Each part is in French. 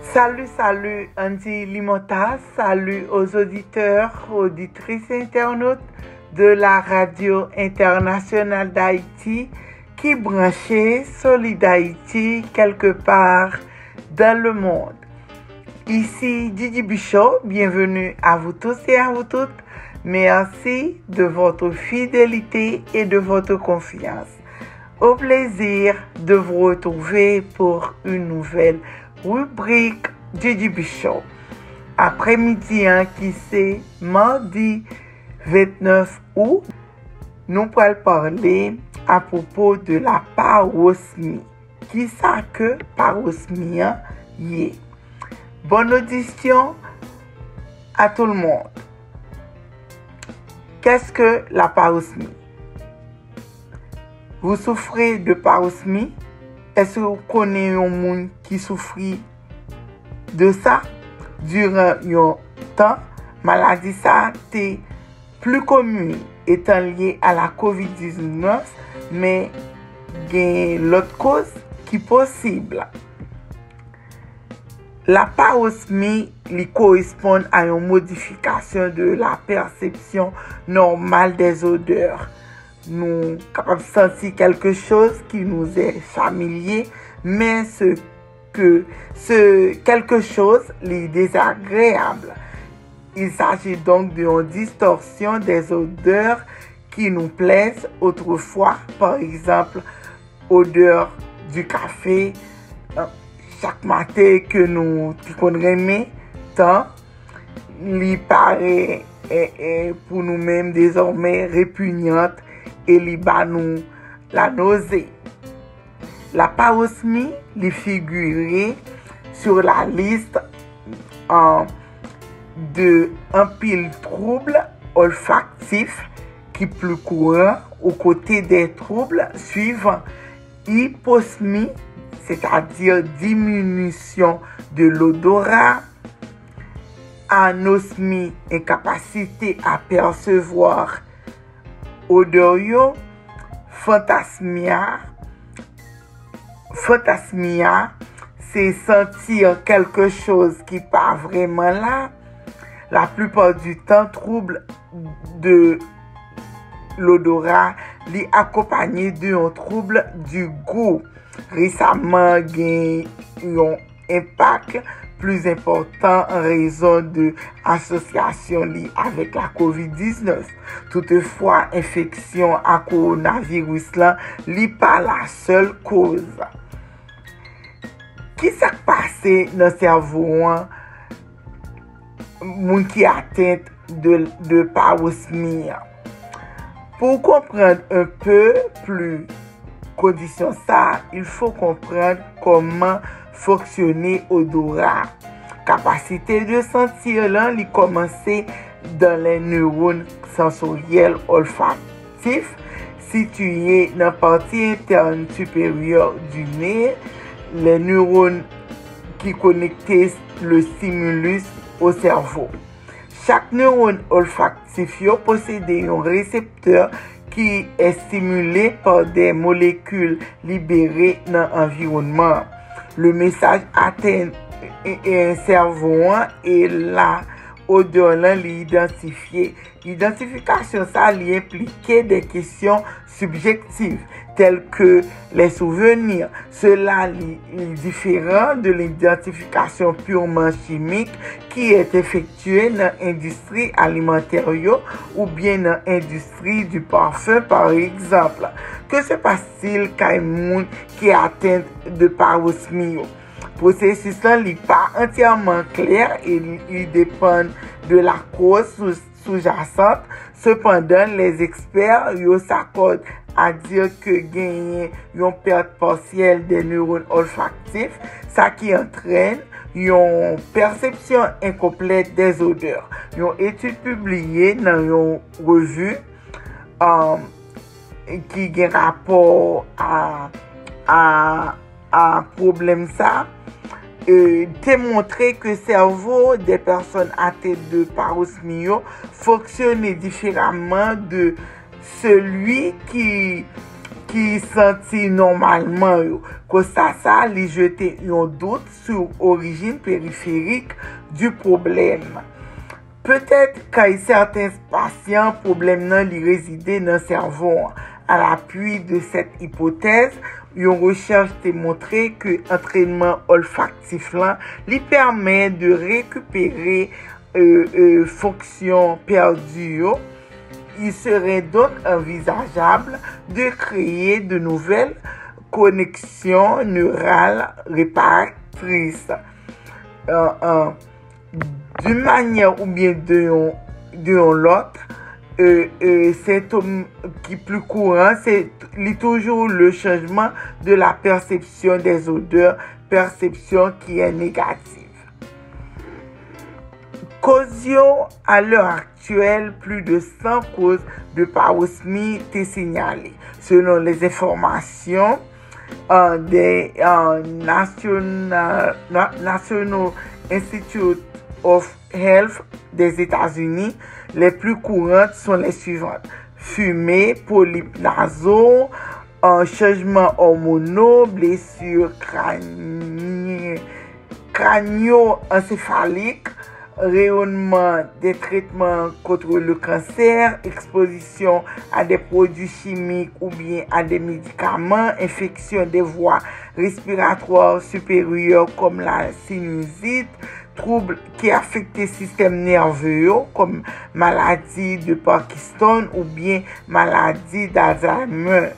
Salut Andy Limota, salut aux auditeurs, auditrices et internautes de la radio internationale d'Haïti qui branchait Solid Haïti quelque part dans le monde. Ici Didi Bichot, bienvenue à vous tous et à vous toutes. Merci de votre fidélité et de votre confiance. Au plaisir de vous retrouver pour une nouvelle rubrique Didi Bichot. Après-midi, qui c'est mardi 29 août, nous allons parler à propos de la parosmie. Qui ça que parosmie y est? Bonne audition à tout le monde. Qu'est-ce que la parosmie? Vous souffrez de parosmie? Est-ce que vous connaissez un monde qui souffre de ça durant un temps? Maladie ça est plus commune étant liée à la COVID-19, mais il y a l'autre cause qui est possible. La parosmie correspond à une modification de la perception normale des odeurs. Nous sommes capables de sentir quelque chose qui nous est familier, mais ce quelque chose est désagréable. Il s'agit donc d'une distorsion des odeurs qui nous plaisent autrefois, par exemple, odeur du café, chaque matin que nous aimons tant, il paraît pour nous-mêmes désormais répugnante et li ba nous la nausée. La parosmie li figurait sur la liste de un pile troubles olfactifs qui plus courant aux côtés des troubles suivants: hyposmie, c'est-à-dire diminution de l'odorat; anosmie, incapacité à percevoir odeur; phantasmia, c'est sentir quelque chose qui n'est pas vraiment là. La plupart du temps, trouble de l'odorat est accompagné d'un trouble du goût. Récemment, il y a eu un impact plus important en raison de l'association liée avec la COVID-19. Toutefois, infection à coronavirus n'est pas la seule cause. Qui s'est passé dans le cerveau moun qui atteint de parosmie? Pour comprendre un peu plus condition ça, il faut comprendre comment fonctionner odorat. Capacité de sentir il commence dans les neurones sensoriels olfactifs situés dans la partie interne supérieure du nez. Les neurones qui connectent le stimulus au cerveau. Chaque neurone olfactif possède un récepteur qui est stimulé par des molécules libérées dans l'environnement. Le message atteint un cerveau et la odeur l'identifier. L'identification ça implique des questions subjectives telles que les souvenirs. Cela est différent de l'identification purement chimique qui est effectuée dans l'industrie alimentaire ou bien dans l'industrie du parfum par exemple. Que se passe-t-il quand un monde qui est atteint de parosmie? Le processus n'est pas entièrement clair et il dépend de la cause sous-jacente. Cependant, les experts s'accordent à dire que gagner une perte partielle des neurones olfactifs, ça qui entraîne une perception incomplète des odeurs. Une étude publiée dans une revue qui a rapport à problème ça, démontré que le cerveau des personnes atteintes de parosmie fonctionne différemment de celui qui qui senti normalement yo. Ça li jete un doute sur origine périphérique du problème. Peut-être qu'il certains patients problème nan li réside dans le cerveau. À l'appui de cette hypothèse, une recherche a montré que l'entraînement olfactif là, lui permet de récupérer fonctions perdues. Il serait donc envisageable de créer de nouvelles connexions neurales réparatrices. D'une manière ou bien de l'autre, symptôme qui est plus courant, c'est toujours le changement de la perception des odeurs, perception qui est négative. Causion, à l'heure actuelle, plus de 100 causes de parosmie sont signalées. Selon les informations des National Institute of Health des États-Unis, les plus courantes sont les suivantes: fumée, polypes nasaux, changements hormonaux, blessures crânio-encéphaliques, rayonnement des traitements contre le cancer, exposition à des produits chimiques ou bien à des médicaments, infection des voies respiratoires supérieures comme la sinusite, troubles qui affectent le système nerveux comme maladie de Parkinson ou bien maladie d'Alzheimer.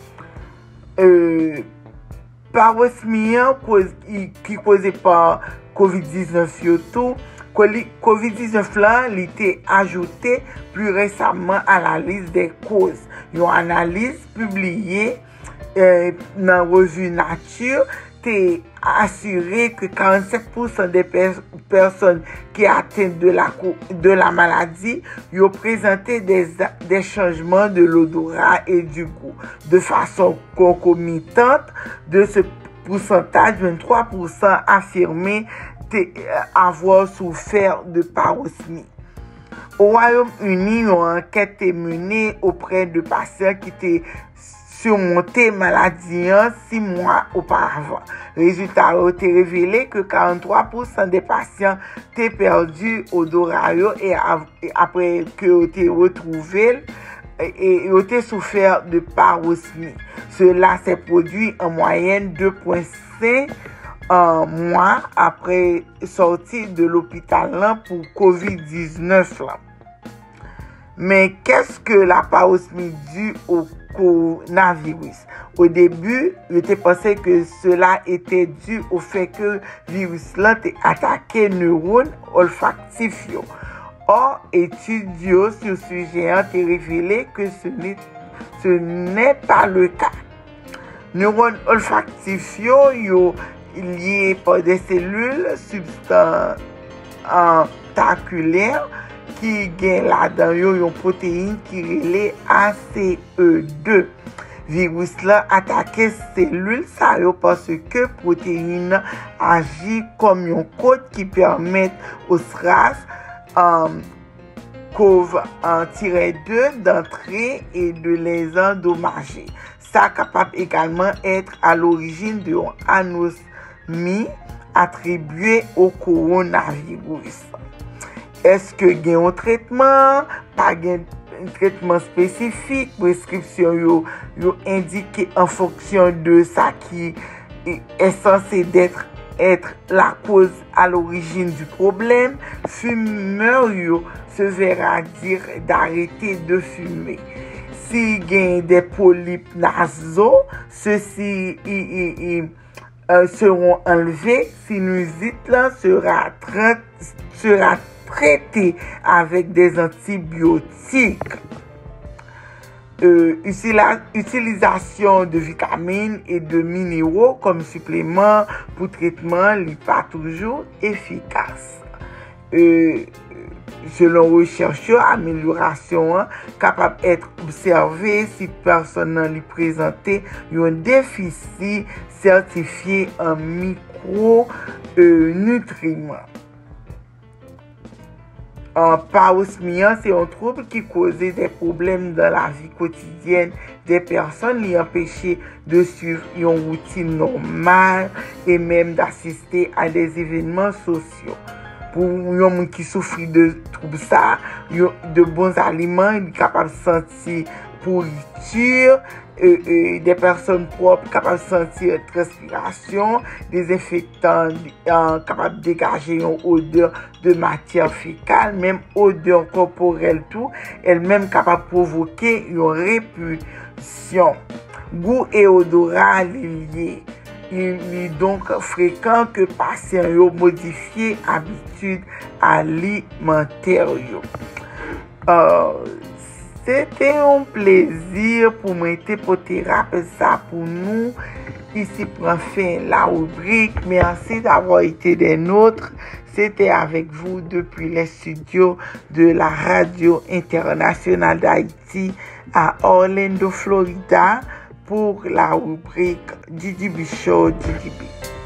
Parosmie qui causée par COVID-19 surtout. COVID-19 là, il était ajouté plus récemment à la liste des causes. Une analyse publiée dans la revue Nature t'est assuré que 47% des personnes qui atteignent de la maladie ont présenté des changements de l'odorat et du goût. De façon concomitante, de ce pourcentage, 23% affirmé avoir souffert de parosmie. Au Royaume-Uni, une enquête est menée auprès de patients qui étaient surmonté maladie 6 mois auparavant. Résultat a été révélé que 43% des patients ont perdu odorat et après que ont été retrouvés et ont souffert de parosmie. Cela s'est produit en moyenne 2,5 mois après sortie de l'hôpital pour COVID-19. Mais qu'est-ce que la parosmie due au coronavirus? Au début, il était pensé que cela était dû au fait que le virus a attaqué les neurones olfactifs. Or, études sur ce sujet ont révélé que ce n'est pas le cas. Les neurones olfactifs sont liés par des cellules substantaculaires qui gagne là-dedans une protéine qui relève ACE2. Virus là attaque cellules ça parce que protéine agit comme un code qui permet au SRAS-CoV-2 d'entrer et de les endommager. Ça capable également être à l'origine de anosmie attribuée au coronavirus. Est-ce que il y a un traitement? Pas un traitement spécifique, prescription yo indiqué en fonction de ça qui est censé être la cause à l'origine du problème. Fumeur se verra dire d'arrêter de fumer. S'il y a des polypes nasaux, ceux-ci seront enlevés. Sinusite là sera traité avec des antibiotiques. Utilisation de vitamines et de minéraux comme supplément pour traitement n'est pas toujours efficace. Selon recherche, amélioration capable d'être observée si personne lui présenté un déficit certifié en micronutriments. Parosmia, c'est un trouble qui causait des problèmes dans la vie quotidienne des personnes, les empêcher de suivre une routine normale et même d'assister à des événements sociaux. Pour les gens qui souffrent de troubles ça, de bons aliments, ils sont capables de sentir pourriture, des personnes propres capables de sentir transpiration, des infectants capables de dégager une odeur de matière fécale, même odeur corporelle tout, elle-même capable de provoquer une répulsion. Goût et odorat liés. Il est donc fréquent que patients aient modifié habitudes alimentaires. C'était un plaisir pour moi pour thérapeute ça pour nous. Ici prend fin la rubrique. Merci d'avoir été des nôtres. C'était avec vous depuis les studios de la Radio Internationale d'Haïti à Orlando, Florida, pour la rubrique DDB Show DDB.